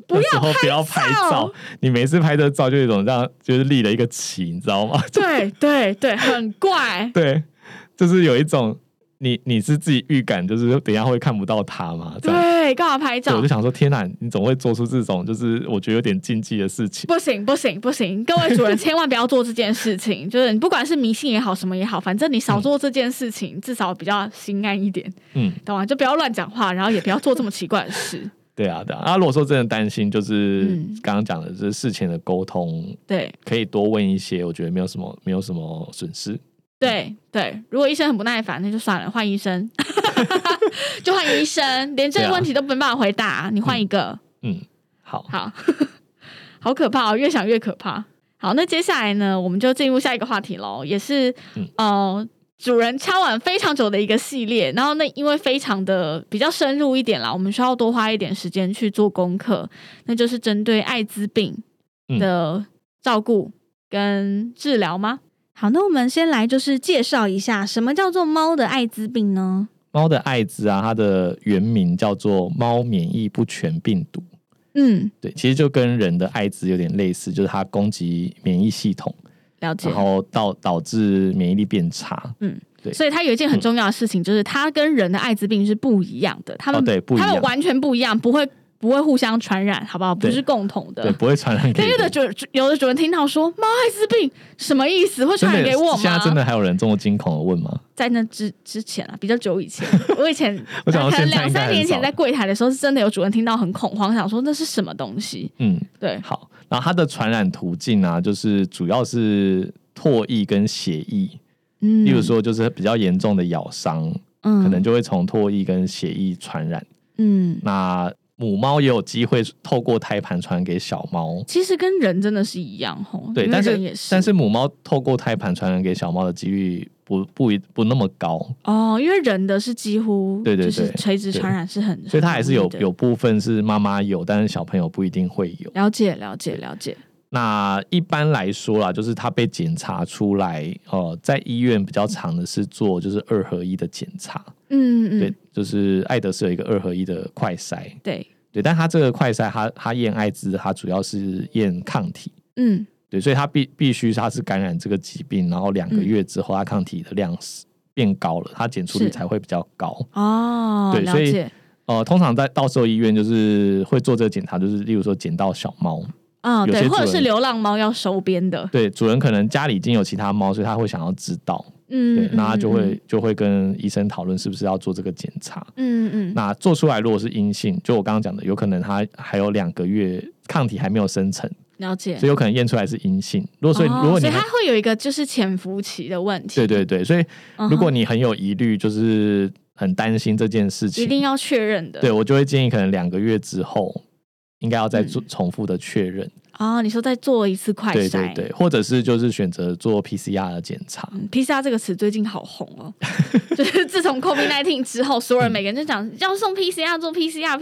不要拍照，你每次拍的照就有一种让就是立了一个旗，你知道吗？ 对对对，很怪。 对，就是有一种你是自己预感，就是等一下会看不到他嘛？ 对，干嘛拍照？ 我就想说，天哪，你总会做出这种就是我觉得有点禁忌的事情。 不行不行不行，各位主人千万不要做这件事情。就是你不管是迷信也好，什么也好，反正你少做这件事情，至少比较心安一点。懂吗？就不要乱讲话，然后也不要做这么奇怪的事。 对啊，对啊。如果说真的担心，就是刚刚讲的，就是事前的沟通， 对， 可以多问一些，我觉得没有什么损失。 对对，如果医生很不耐烦，那就算了，换医生，就换医生，连这个问题都没办法回答，你换一个。 好， 好可怕哦，越想越可怕。好，那接下来呢，我们就进入下一个话题咯，也是主人敲碗非常久的一个系列。然后那因为非常的比较深入一点啦，我们需要多花一点时间去做功课，那就是针对艾滋病的照顾跟治疗吗？好，那我们先来就是介绍一下什么叫做猫的艾滋病呢？ 猫的艾滋啊，它的原名叫做猫免疫不全病毒。对，其实就跟人的艾滋有点类似，就是它攻击免疫系统， 了解， 然后导致免疫力变差。对， 所以它有一件很重要的事情，就是它跟人的艾滋病是不一样的，他们完全不一样，不会互相传染，好不好？不是共同的， 对，不会传染给人。 有的主人听到说猫艾滋病什么意思？会传染给我吗？ 现在真的还有人这么惊恐的问吗？在那之前啊，比较久以前，我以前可能2-3年前在柜台的时候，是真的有主人听到很恐慌，想说那是什么东西。对。好， 然后它的传染途径啊，就是主要是唾液跟血液。例如说，就是比较严重的咬伤，可能就会从唾液跟血液传染。那母猫也有机会透过胎盘传给小猫， 其实跟人真的是一样吼。 对，但是母猫透过胎盘传染给小猫的几率不那么高哦，因为人的是几乎就是垂直传染是很， 所以它还是有部分是妈妈有，但是小朋友不一定会有。 了解。 那一般来说啦，就是它被检查出来，在医院比较常的是做就是2合1的检查。对，就是爱德是有一个2合1的快筛。对，但它这个快筛，它验艾滋，它主要是验抗体。对，所以它必须它是感染这个疾病，然后2个月之后，它抗体的量变高了，它检出率才会比较高。对，所以通常到兽医院就是会做这个检查，就是例如说检到小猫。 对，或者是流浪猫要收编的。 对，主人可能家里已经有其他猫，所以他会想要知道。对，那他就会跟医生讨论是不是要做这个检查。那做出来如果是阴性，就我刚刚讲的，有可能他还有2个月抗体还没有生成。 了解。 所以有可能验出来是阴性。所以它会有一个就是潜伏期的问题。 对，所以如果你很有疑虑，就是很担心这件事情， 一定要确认的。 对，我就会建议可能2个月之后应该要再重复的确认。 你说再做一次快筛。 对，或者是就是选择做 PCR 的检查。 PCR 这个词最近好红哦，就是自从 COVID-19 之后，所有人每个人就讲要送 PCR 做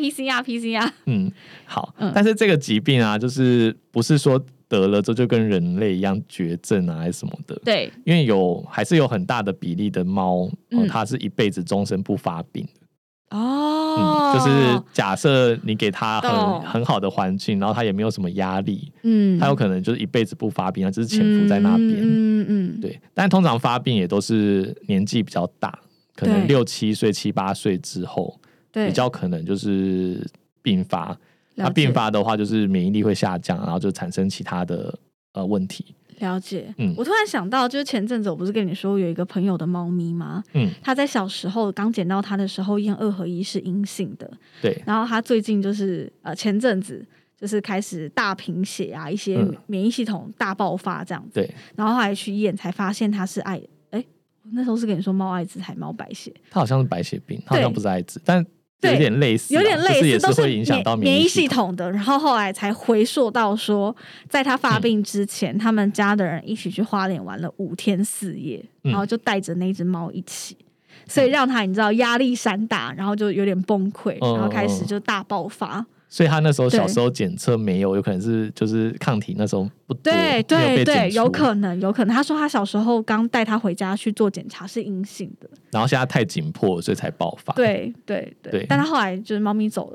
PCR。 好，但是这个疾病啊，就是不是说得了之后就跟人类一样绝症啊还是什么的。对，因为还是有很大的比例的猫，它是一辈子终身不发病的。就是假设你给他很好的环境，然后他也没有什么压力，他有可能就是一辈子不发病，他只是潜伏在那边。对，但通常发病也都是年纪比较大，可能6-7岁、7-8岁之后，比较可能就是并发。那并发的话，就是免疫力会下降，然后就产生其他的问题。 了解。我突然想到，就是前阵子我不是跟你说有一个朋友的猫咪吗？他在小时候刚捡到他的时候验2合1是阴性的。对。然后他最近就是前阵子就是开始大贫血啊，一些免疫系统大爆发这样子。对。然后后来去验才发现他是我那时候是跟你说猫艾滋还猫白血。 他好像是白血病，他好像不是艾滋，但有点类似，就是也是会影响到免疫系统的。然后后来才回溯到说，在他发病之前，他们家的人一起去花莲玩了5天4夜，然后就带着那只猫一起，所以让他你知道压力山大，然后就有点崩溃，然后开始就大爆发。 所以他那时候小时候检测没有可能是就是抗体那时候不多， 对，有可能。他说他小时候刚带他回家去做检查是阴性的， 然后现在太紧迫，所以才爆发。 对，但他后来就是猫咪走了啦。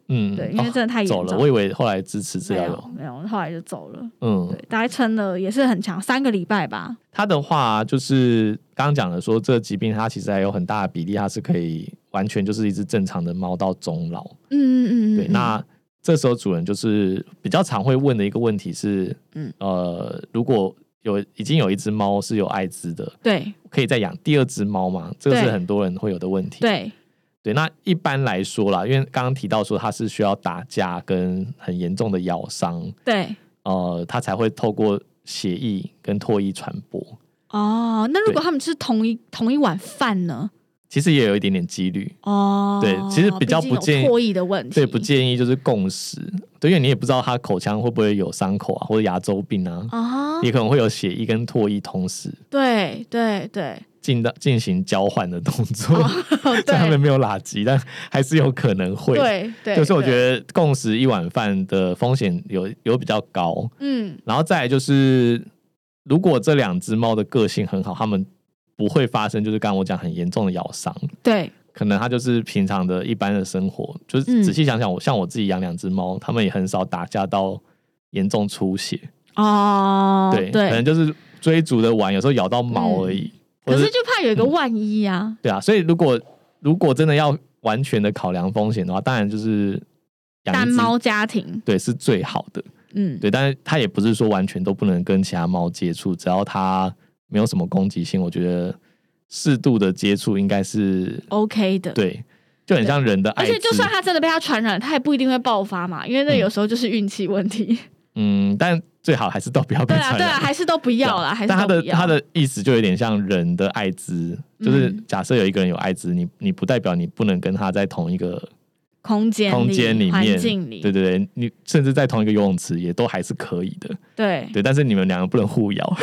对，因为真的太严重走了，我以为后来支持治疗没有，后来就走了。 对， 大概撑了也是很长，3个礼拜吧。 他的话就是刚刚讲的说，这个疾病它其实还有很大的比例，它是可以完全就是一只正常的猫到终老。对，那这时候主人就是比较常会问的一个问题是，如果已经有一只猫是有艾滋的， 对， 可以再养第2只猫吗？这个是很多人会有的问题。对，那一般来说啦，因为刚刚提到说它是需要打架跟很严重的咬伤， 对， 它才会透过血液跟唾液传播。 那如果他们吃同一碗饭呢？ 其实也有一点点几率对，其实比较不建议唾液的问题， 对，不建议就是共食，对，因为你也不知道他口腔会不会有伤口啊，或者牙周病啊，也可能会有血液跟唾液同时， 对， 进行交换的动作，在他们没有拉鸡，但还是有可能会， 对， 就是我觉得共食一碗饭的风险有比较高，然后再来就是如果这2只猫的个性很好，他们不会发生就是刚刚我讲很严重的咬伤，对，可能它就是平常的一般的生活，就是仔细想想，像我自己养2只猫，它们也很少打架到严重出血对，可能就是追逐的玩，有时候咬到毛而已， 可是就怕有一个万一啊， 对啊，所以如果真的要完全的考量风险的话，当然就是养单猫家庭， 对，是最好的，对，但是它也不是说完全都不能跟其他猫接触，只要它没有什么攻击性，我觉得适度的接触应该是 OK 的。 对，就很像人的艾滋， 而且就算他真的被他传染，他也不一定会爆发嘛，因为那有时候就是运气问题。 但最好还是都不要被传染。 对啊，还是都不要啦。还是但他的意思就有点像人的艾滋，就是假设有一个人有艾滋，你不代表你不能跟他在同一个空间里面，环境里，对，你甚至在同一个游泳池也都还是可以的。对，但是你们2个不能互咬。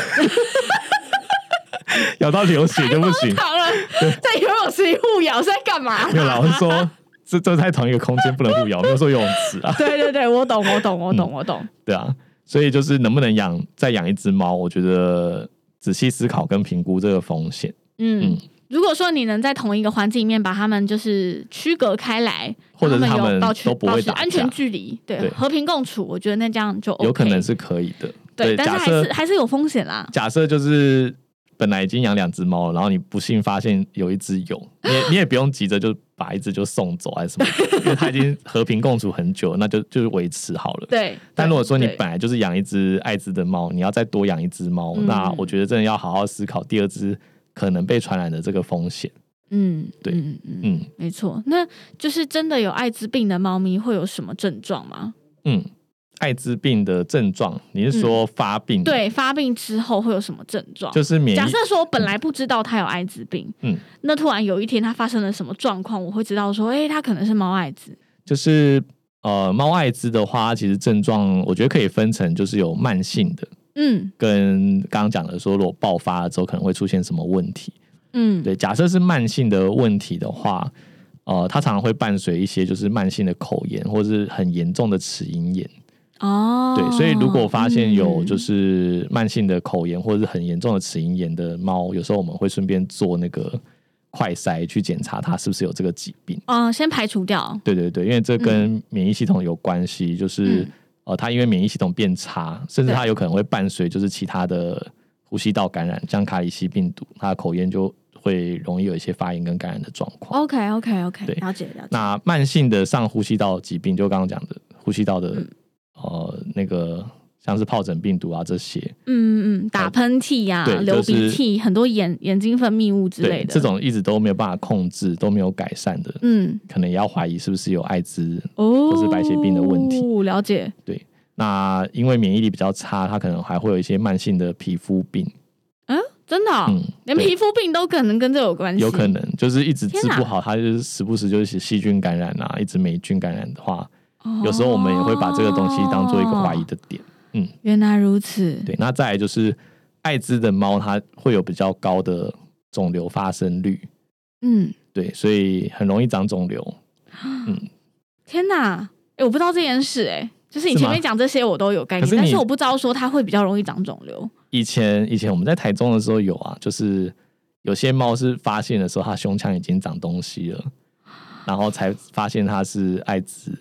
咬到流血就不行。太荒唐了， 在游泳池里互咬是在干嘛？ 没有啦，我是说这在同一个空间不能互咬，没有说游泳池啊。 对，我懂。 对啊，所以就是能不能再养一只猫，我觉得仔细思考跟评估这个风险。如果说你能在同一个环境里面把它们就是区隔开来， 或者是他们都不会打架， 安全距离，对，和平共处，我觉得那这样就 OK， 有可能是可以的。 对，但是还是有风险啦。 假设就是本来已经养2只猫了，然后你不幸发现有一只有，你也不用急着就把一只就送走还是什么，因为它已经和平共处很久，那就是维持好了。对。但如果说你本来就是养一只艾滋的猫，你要再多养一只猫，那我觉得真的要好好思考第2只可能被传染的这个风险。对， 没错。那就是真的有艾滋病的猫咪会有什么症状吗？ 艾滋病的症状，你是说发病？ 对，发病之后会有什么症状？ 就是假设说我本来不知道他有艾滋病，那突然有一天他发生了什么状况，我会知道说，他可能是猫艾滋。就是猫艾滋的话，其实症状我觉得可以分成，就是有慢性的，跟刚刚讲的说，如果爆发了之后可能会出现什么问题。对，假设是慢性的问题的话，它常常会伴随一些就是慢性的口炎，或是很严重的齿龈炎。对，所以如果发现有就是慢性的口炎或者是很严重的齿龈炎的猫，有时候我们会顺便做那个快筛去检查它是不是有这个疾病。 先排除掉。 对，因为这跟免疫系统有关系，就是它因为免疫系统变差，甚至它有可能会伴随就是其他的呼吸道感染，像卡里西病毒，它的口炎就会容易有一些发炎跟感染的状况。 OK， 对，了解。 那慢性的上呼吸道疾病，就刚刚讲的呼吸道的。那个像是疱疹病毒啊这些， 打喷嚏啊，流鼻涕，很多眼睛分泌物之类的， 这种一直都没有办法控制，都没有改善的，可能也要怀疑是不是有艾滋或是白血病的问题。 了解。 对，那因为免疫力比较差，它可能还会有一些慢性的皮肤病。 真的连皮肤病都可能跟这有关系？ 有可能，就是一直治不好，它就是时不时就是细菌感染啊，一直霉菌感染的话。有时候我们也会把这个东西当做一个怀疑的点。 原来如此。 对，那再来就是艾滋的猫，它会有比较高的肿瘤发生率。对，所以很容易长肿瘤。 天哪，我不知道这件事。就是你前面讲这些我都有概念，但是我不知道说它会比较容易长肿瘤。 以前我们在台中的时候有啊，就是有些猫是发现的时候它胸腔已经长东西了，然后才发现它是艾滋。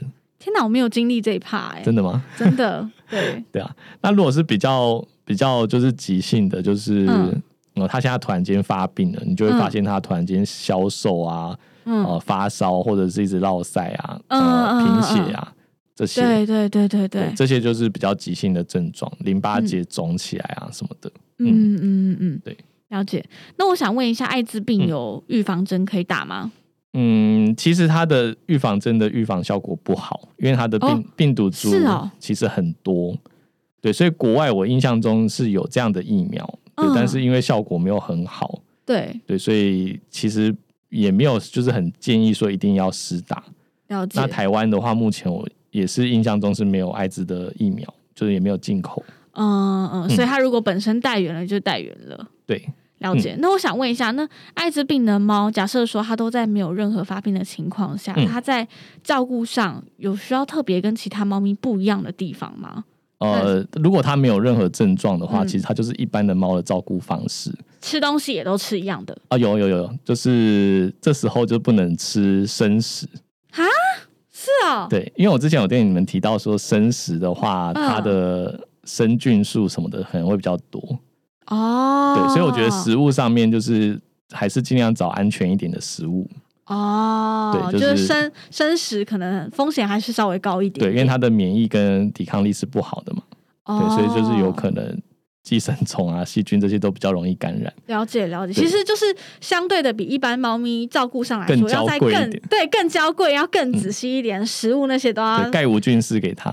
天哪，我没有经历这一趴真的吗？ 真的，对对啊。那如果是比较就是急性的，就是他现在突然间发病了，你就会发现他突然间消瘦啊，发烧或者是一直落腮啊，贫血啊。这些对， 这些就是比较急性的症状，淋巴结肿起来啊什么的。对， 了解。那我想问一下，艾滋病有预防针可以打吗？ 其实它的预防针的预防效果不好，因为它的病毒株其实很多。对，所以国外我印象中是有这样的疫苗，对，但是因为效果没有很好，对，所以其实也没有就是很建议说一定要施打。 了解。 那台湾的话，目前我也是印象中是没有艾滋的疫苗，就是也没有进口。 所以它如果本身带源了就带源了。 对， 了解。那我想问一下，那艾滋病的猫，假设说它都在没有任何发病的情况下，它在照顾上有需要特别跟其他猫咪不一样的地方吗？ 如果它没有任何症状的话，其实它就是一般的猫的照顾方式， 吃东西也都吃一样的啊？有，就是这时候就不能吃生食啊？是哦， 对，因为我之前有跟你们提到说，生食的话，它的生菌数什么的可能会比较多哦。对，所以我觉得食物上面就是还是尽量找安全一点的食物哦。对， 就是生食可能风险还是稍微高一点。 对，因为它的免疫跟抵抗力是不好的嘛。对，所以就是有可能寄生虫啊、细菌这些都比较容易感染。 了解，其实就是相对的比一般猫咪照顾上来说要再更娇贵，要更仔细一点，食物那些都要盖无菌室给它。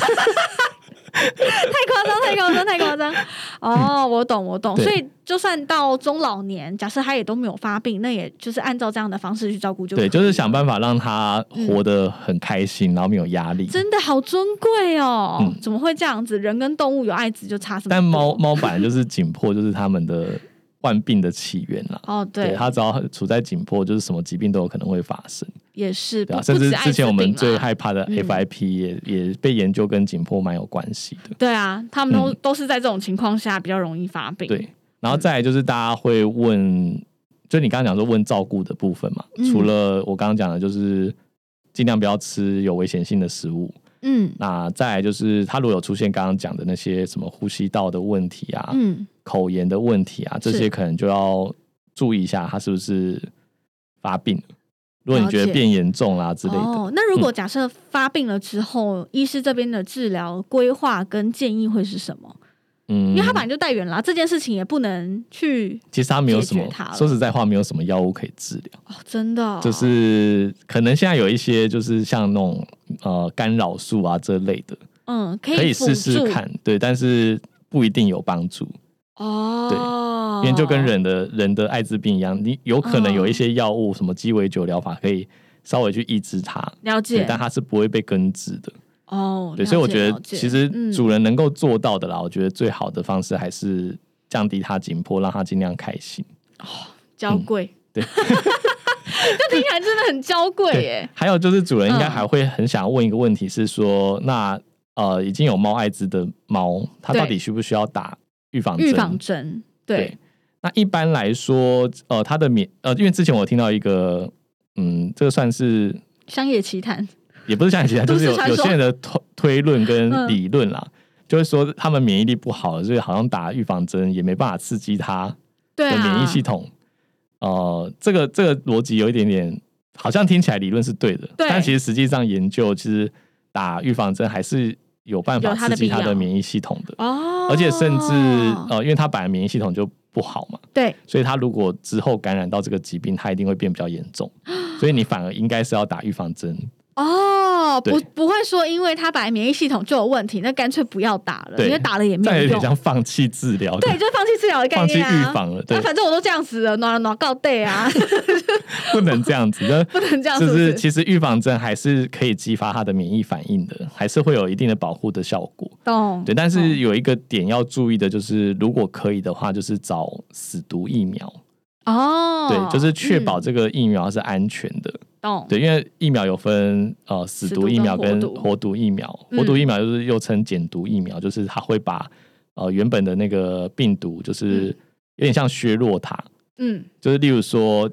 太夸张哦！我懂。所以就算到中老年，假设他也都没有发病，那也就是按照这样的方式去照顾就可以了。 对，就是想办法让他活得很开心，然后没有压力。 真的好尊贵哦！怎么会这样子？人跟动物有艾滋就差什么？ 但猫本来就是紧迫，就是他们的患病的起源啦。 哦，对， 它只要处在紧迫，就是什么疾病都有可能会发生。 也是， 对啊，甚至之前我们最害怕的 FIP 也被研究跟紧迫蛮有关系的。 对啊，他们都是在这种情况下比较容易发病。 对，然后再来就是大家会问，就你刚刚讲说问照顾的部分嘛，除了我刚刚讲的，就是尽量不要吃有危险性的食物。那再来就是他如果有出现刚刚讲的那些什么呼吸道的问题啊，口炎的问题啊，这些可能就要注意一下他是不是发病了。如果你觉得变严重啦之类的， 那如果假设发病了之后，医师这边的治疗规划跟建议会是什么？因为他本来就带源啦，这件事情也不能去。 其实他没有什么，说实在话，没有什么药物可以治疗。 真的就是可能现在有一些，就是像那种干扰素啊这类的，可以试试看，对，但是不一定有帮助。对，因为就跟人的艾滋病一样，你有可能有一些药物，什么鸡尾酒疗法可以稍微去抑制它， 了解， 但它是不会被根治的。对，所以我觉得其实主人能够做到的啦，我觉得最好的方式还是降低它紧迫，让它尽量开心。 娇贵， 对， 这听起来真的很娇贵耶。 还有就是主人应该还会很想问一个问题是说，那已经有猫艾滋的猫，它到底需不需要打预防针？对，那一般来说，它的因为之前我听到一个，这个算是乡野奇谈， 也不是乡野奇谈，就是有些人的推论跟理论啦，就是说他们免疫力不好，所以好像打预防针也没办法刺激它的免疫系统。这个逻辑有一点点，好像听起来理论是对的，但其实实际上研究其实打预防针还是有办法刺激它的免疫系统的，而且甚至因为它本来免疫系统就不好嘛， 对， 所以它如果之后感染到这个疾病，它一定会变比较严重，所以你反而应该是要打预防针。 不会说因为他本来免疫系统就有问题，那干脆不要打了，因为打了也没有用， 有点像放弃治疗， 对，就是放弃治疗的概念， 放弃预防了。对， 反正我都这样子了，暖告对啊， 不能这样子， 不能这样， 就是其实预防针还是可以激发它的免疫反应的，还是会有一定的保护的效果。对，但是有一个点要注意的就是，如果可以的话，就是找死毒疫苗。对，就是确保这个疫苗是安全的。对，因为疫苗有分死毒疫苗跟活毒疫苗，活毒疫苗就是又称减毒疫苗，就是它会把原本的那个病毒就是有点像削弱它。就是例如说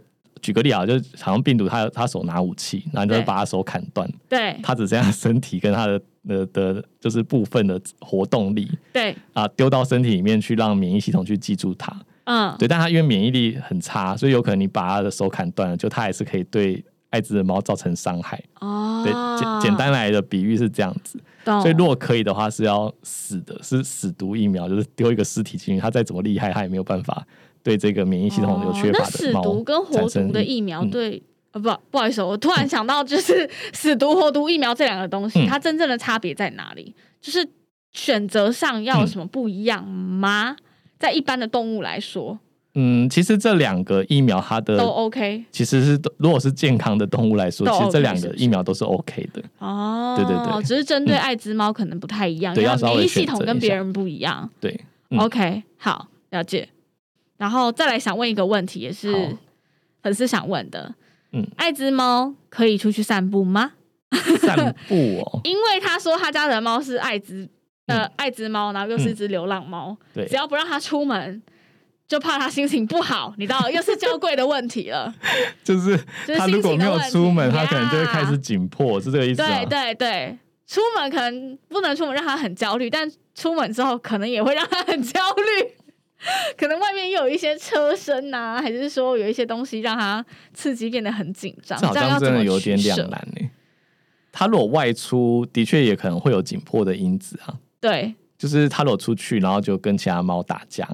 举个例啊，就好像病毒他手拿武器，然后你就会把他手砍断， 对， 他只剩下身体跟他的就是部分的活动力， 对啊，丢到身体里面去，让免疫系统去记住它。对，但他因为免疫力很差，所以有可能你把他的手砍断了，就他还是可以对艾滋的猫造成伤害。对，简单来的比喻是这样子。所以如果可以的话，是要死的，是死毒疫苗，就是丢一个尸体进去，他再怎么厉害，他也没有办法对这个免疫系统有缺乏的猫。那死毒跟活毒的疫苗对？不好意思，我突然想到，就是死毒、活毒疫苗这两个东西，它真正的差别在哪里？就是选择上要有什么不一样吗？在一般的动物来说， 其实这两个疫苗它的都 OK。 其实是如果是健康的动物来说，其实这两个疫苗都是 OK 的。对， 只是针对艾滋猫可能不太一样， 因为免疫系统跟别人不一样。 对 ，OK， 好，了解。然后再来想问一个问题，也是粉丝想问的。艾滋猫可以出去散步吗？ 散步哦， 因为他说他家的猫是艾滋猫，然后又是一只流浪猫，只要不让它出门，就怕它心情不好，你知道，又是娇贵的问题了。 就是他如果没有出门，他可能就会开始紧迫，是这个意思吗？ 对，出门可能不能出门让他很焦虑，但出门之后可能也会让他很焦虑。可能外面又有一些车声啊，还是说有一些东西让他刺激变得很紧张， 这好像真的有点两难欸。他如果外出，的确也可能会有紧迫的因子啊。对，就是他如果出去，然后就跟其他猫打架。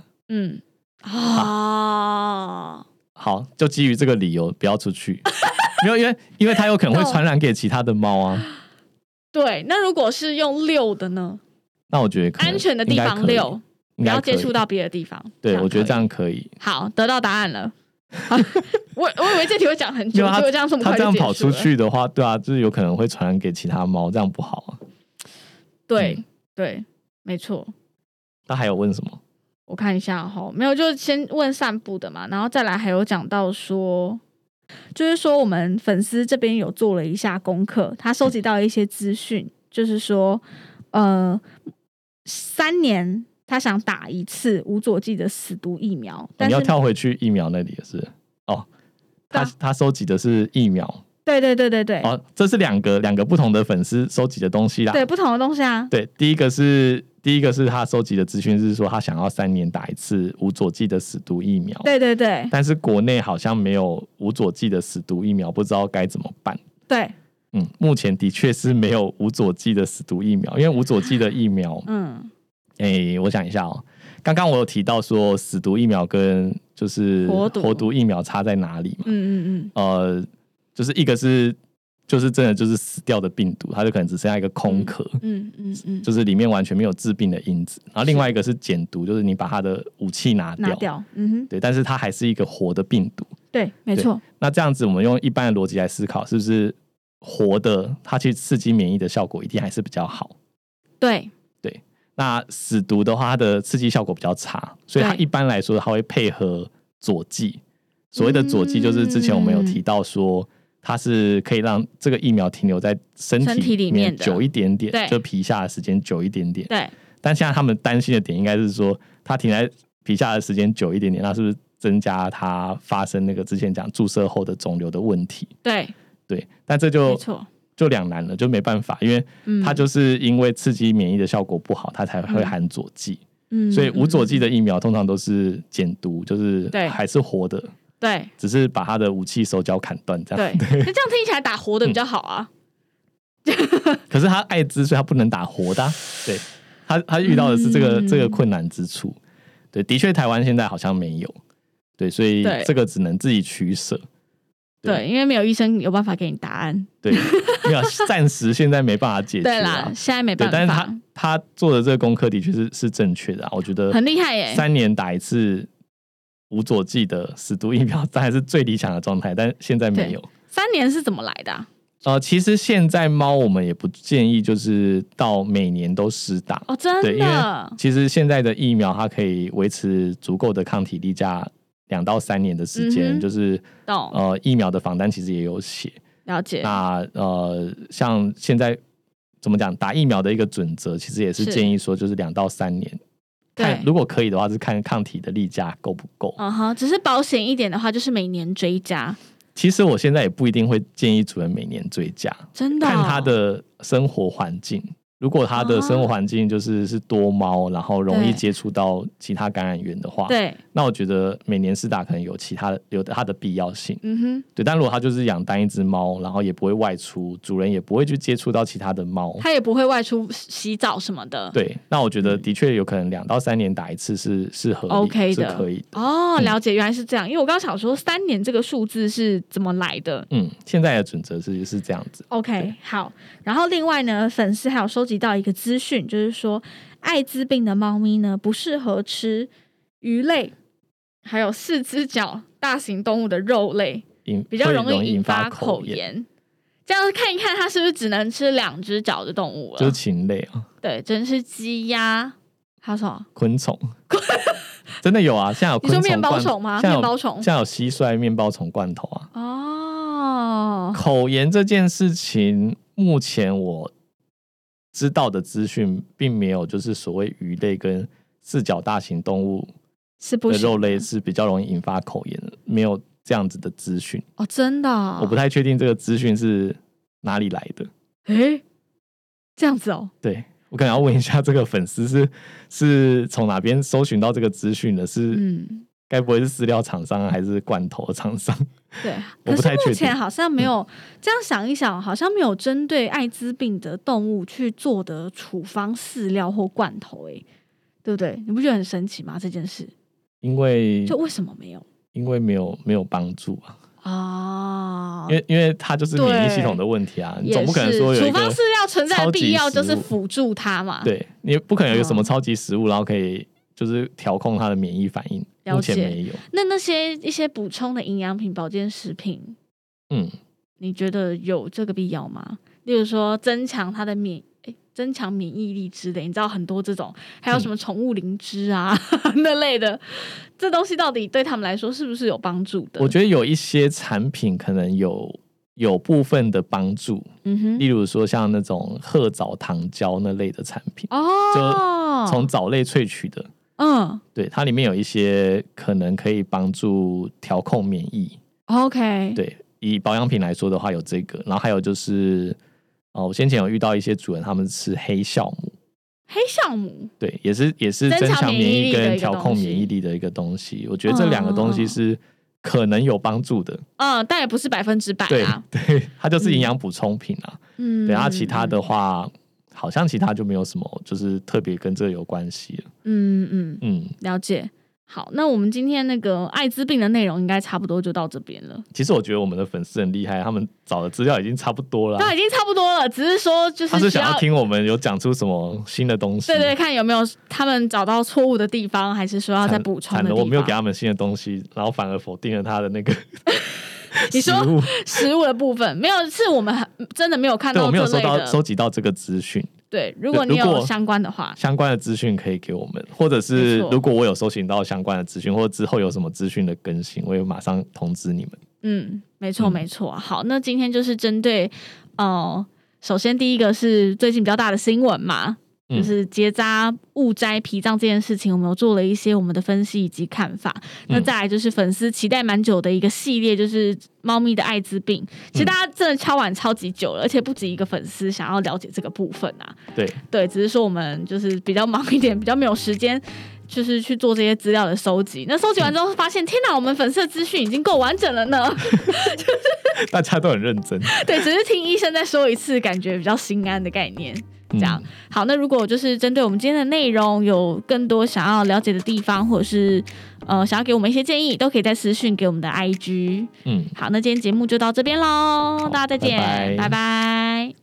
好，就基于这个理由不要出去。因为他有可能会传染给其他的猫啊。 对，那如果是用遛的呢？ 那我觉得安全的地方遛。不要接触到别的地方。对， 我觉得这样可以。 好，得到答案了。我以为这题会讲很久，结果这样这么快就结束了。他这样跑出去的话，对啊，就是有可能会传染给其他猫，这样不好啊。 对，没错。 那还有问什么？ 我看一下哈，没有，就先问散步的嘛，然后再来还有讲到说，就是说我们粉丝这边有做了一下功课，他收集到一些资讯，就是说3年他想打一次无佐剂的死毒疫苗。但是你要跳回去疫苗那里是哦，他收集的是疫苗。对这是两个不同的粉丝收集的东西啦。 对，不同的东西啊。 对，第一个是他收集的资讯是说他想要3年打一次无佐剂的死毒疫苗。对，但是国内好像没有无佐剂的死毒疫苗，不知道该怎么办。对。目前的确是没有无佐剂的死毒疫苗，因为无佐剂的疫苗我想一下哦，刚刚我有提到说死毒疫苗跟就是活毒疫苗差在哪里嘛？就是一个是就是真的就是死掉的病毒，它就可能只剩下一个空壳，就是里面完全没有致病的因子。然后另外一个是减毒，就是你把它的武器拿掉，对，但是它还是一个活的病毒。对，没错。那这样子我们用一般的逻辑来思考，是不是活的它去刺激免疫的效果一定还是比较好？对。那死毒的话，它的刺激效果比较差，所以它一般来说它会配合佐剂。所谓的佐剂就是之前我们有提到说，它是可以让这个疫苗停留在身体里面久一点点，就皮下的时间久一点点。对。但现在他们担心的点应该是说，它停在皮下的时间久一点点，那是不是增加它发生那个之前讲注射后的肿瘤的问题？对。但这就两难了，就没办法，因为它就是因为刺激免疫的效果不好，它才会含佐剂。所以无佐剂的疫苗通常都是减毒，就是还是活的。对，只是把他的武器手脚砍断这样。对， 那这样听起来打活的比较好啊。 可是他艾滋，所以他不能打活的。对，他遇到的是这个困难之处。对，的确台湾现在好像没有。对，所以这个只能自己取舍。 对，因为没有医生有办法给你答案。 对，没有，暂时现在没办法解决。 对啦，现在没办法。 但是他做的这个功课的确是正确的，我觉得很厉害耶。 3年打一次无佐剂的死毒疫苗，这还是最理想的状态，但现在没有。 3年是怎么来的其实现在猫我们也不建议就是到每年都施打。 真的？ 对，因为其实现在的疫苗它可以维持足够的抗体力价2到3年的时间，就是疫苗的访单其实也有写。了解。那像现在怎么讲，打疫苗的一个准则，其实也是建议说就是2到3年。看如果可以的话，是看抗体的例假够不够。 只是保险一点的话，就是每年追加。 其实我现在也不一定会建议主人每年追加， 真的看他的生活环境。如果他的生活环境是多猫，然后容易接触到其他感染源的话， 对， 那我觉得每年施打可能有它的必要性。对。但如果他就是养单一只猫，然后也不会外出，主人也不会去接触到其他的猫， 他也不会外出洗澡什么的。 对，那我觉得的确有可能2到3年打一次是合理 OK 的，是可以的。 了解，原来是这样。因为我刚刚想说3年这个数字是怎么来的？ 现在的准则是这样子。 OK， 好。然后另外呢，粉丝还有收集到一个资讯，就是说艾滋病的猫咪呢不适合吃鱼类，还有4只脚大型动物的肉类，比较容易引发口炎。这样看一看，它是不是只能吃2只脚的动物了？ 就是禽类啊。对， 真是鸡鸭，还有什么昆虫？真的有啊，现在有昆虫。 你说面包虫吗？面包虫， 现在有蟋蟀面包虫罐头啊。口炎这件事情，目前我知道的资讯并没有，就是所谓鱼类跟4脚大型动物的肉类是比较容易引发口炎的，没有这样子的资讯。 真的我不太确定这个资讯是哪里来的。 这样子对，我可能要问一下这个粉丝是从哪边搜寻到这个资讯的？是该不会是饲料厂商还是罐头厂商？ 对， 我不太确定。 可是目前好像没有，这样想一想，好像没有针对艾滋病的动物去做的处方饲料或罐头，对不对？你不觉得很神奇吗？这件事， 因为就为什么没有？ 因为没有帮助啊。因为它就是免疫系统的问题啊，你总不可能说有一个处方饲料存在的必要就是辅助它嘛。 对，你不可能有什么超级食物，然后可以就是调控它的免疫反应。目前没有。 那些一些补充的营养品、保健食品，你觉得有这个必要吗？例如说增强它的增强免疫力之类，你知道很多这种，还有什么宠物灵芝啊那类的，这东西到底对他们来说是不是有帮助的？ 我觉得有一些产品可能有部分的帮助，例如说像那种褐藻糖胶那类的产品，就从藻类萃取的，对，它里面有一些可能可以帮助调控免疫。 OK， 对，以保养品来说的话有这个，然后还有就是我先前有遇到一些主人他们吃黑酵母。 黑酵母对，也是增强免疫跟调控免疫力的一个东西。我觉得这2个东西是可能有帮助的， 但也不是100%啊。 对，它就是营养补充品啊。对，然后其他的话，好像其他就没有什么，就是特别跟这个有关系了。 了解。好，那我们今天那个艾滋病的内容应该差不多就到这边了。 其实我觉得我们的粉丝很厉害，他们找的资料已经差不多了。 他已经差不多了，只是说就是他是想要听我们有讲出什么新的东西。 对，看有没有他们找到错误的地方，还是说要再补充的地方。 我没有给他们新的东西，然后反而否定了他的那个你说食物的部分没有，是我们真的没有看到这类的， 对，我没有收集到这个资讯。 对，如果你有相关的话， 相关的资讯可以给我们，或者是如果我有搜寻到相关的资讯，或者之后有什么资讯的更新，我也马上通知你们。 没错。好，那今天就是针对首先第一个是最近比较大的新闻嘛，就是结扎误摘脾脏这件事情，我们有做了一些我们的分析以及看法。那再来就是粉丝期待蛮久的一个系列，就是猫咪的艾滋病。其实大家真的敲碗超级久了，而且不止一个粉丝想要了解这个部分啊。对，只是说我们就是比较忙一点，比较没有时间。就是去做这些资料的收集，那收集完之后发现，天哪，我们粉丝的资讯已经够完整了呢。 大家都很认真。 对，只是听医生再说一次，感觉比较心安的概念。这样好，那如果就是针对我们今天的内容有更多想要了解的地方，或者是想要给我们一些建议，都可以在私讯给我们的 IG。好，那今天节目就到这边咯，大家再见，拜拜。